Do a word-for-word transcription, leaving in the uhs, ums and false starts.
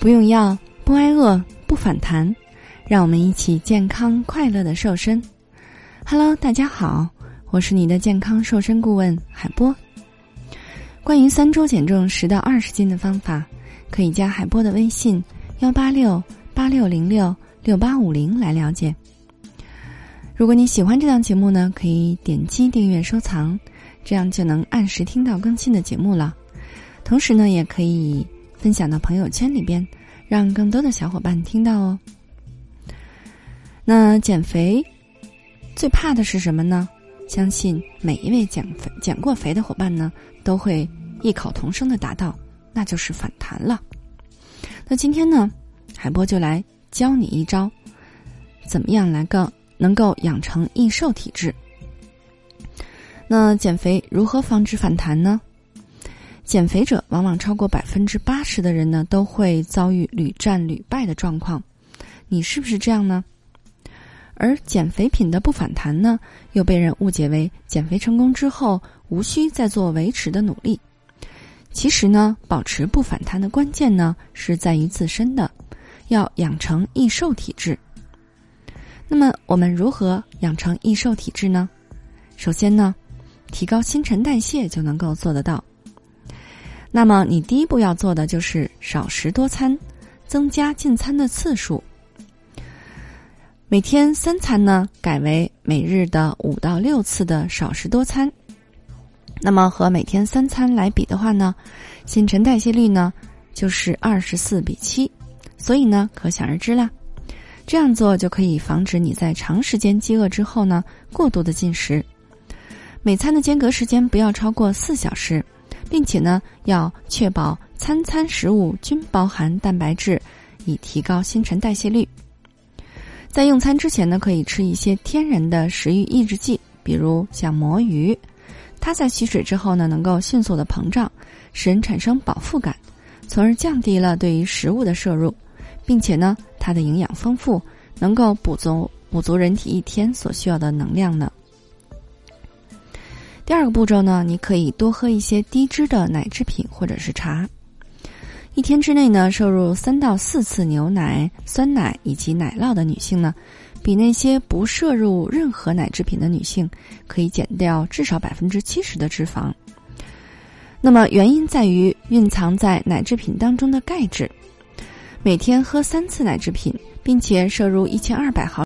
不用药，不挨饿，不反弹，让我们一起健康快乐的瘦身。Hello， 大家好，我是你的健康瘦身顾问海波。关于三周减重十到二十斤的方法，可以加海波的微信幺八六八六零六六八五零来了解。如果你喜欢这档节目呢，可以点击订阅收藏，这样就能按时听到更新的节目了。同时呢，也可以分享到朋友圈里边，让更多的小伙伴听到哦。那减肥最怕的是什么呢？相信每一位减肥减过肥的伙伴呢，都会异口同声的答道，那就是反弹了。那今天呢，海波就来教你一招，怎么样来个能够养成易瘦体质。那减肥如何防止反弹呢？减肥者往往超过百分之八十的人呢，都会遭遇屡战屡败的状况。你是不是这样呢？而减肥品的不反弹呢，又被人误解为减肥成功之后无需再做维持的努力。其实呢，保持不反弹的关键呢，是在于自身的，要养成易瘦体质。那么我们如何养成易瘦体质呢？首先呢，提高新陈代谢就能够做得到。那么你第一步要做的就是少食多餐，增加进餐的次数。每天三餐呢，改为每日的五到六次的少食多餐。那么和每天三餐来比的话呢，新陈代谢率呢就是二十四比七，所以呢可想而知啦。这样做就可以防止你在长时间饥饿之后呢过度的进食。每餐的间隔时间不要超过四小时，并且呢要确保餐餐食物均包含蛋白质，以提高新陈代谢率。在用餐之前呢，可以吃一些天然的食欲抑制剂，比如像魔芋，它在吸水之后呢，能够迅速的膨胀，使人产生饱腹感，从而降低了对于食物的摄入，并且呢，它的营养丰富，能够补足补足人体一天所需要的能量呢。第二个步骤呢，你可以多喝一些低脂的奶制品或者是茶。一天之内呢，摄入三到四次牛奶、酸奶以及奶酪的女性呢，比那些不摄入任何奶制品的女性可以减掉至少百分之七十的脂肪。那么原因在于蕴藏在奶制品当中的钙质。每天喝三次奶制品，并且摄入一千二百毫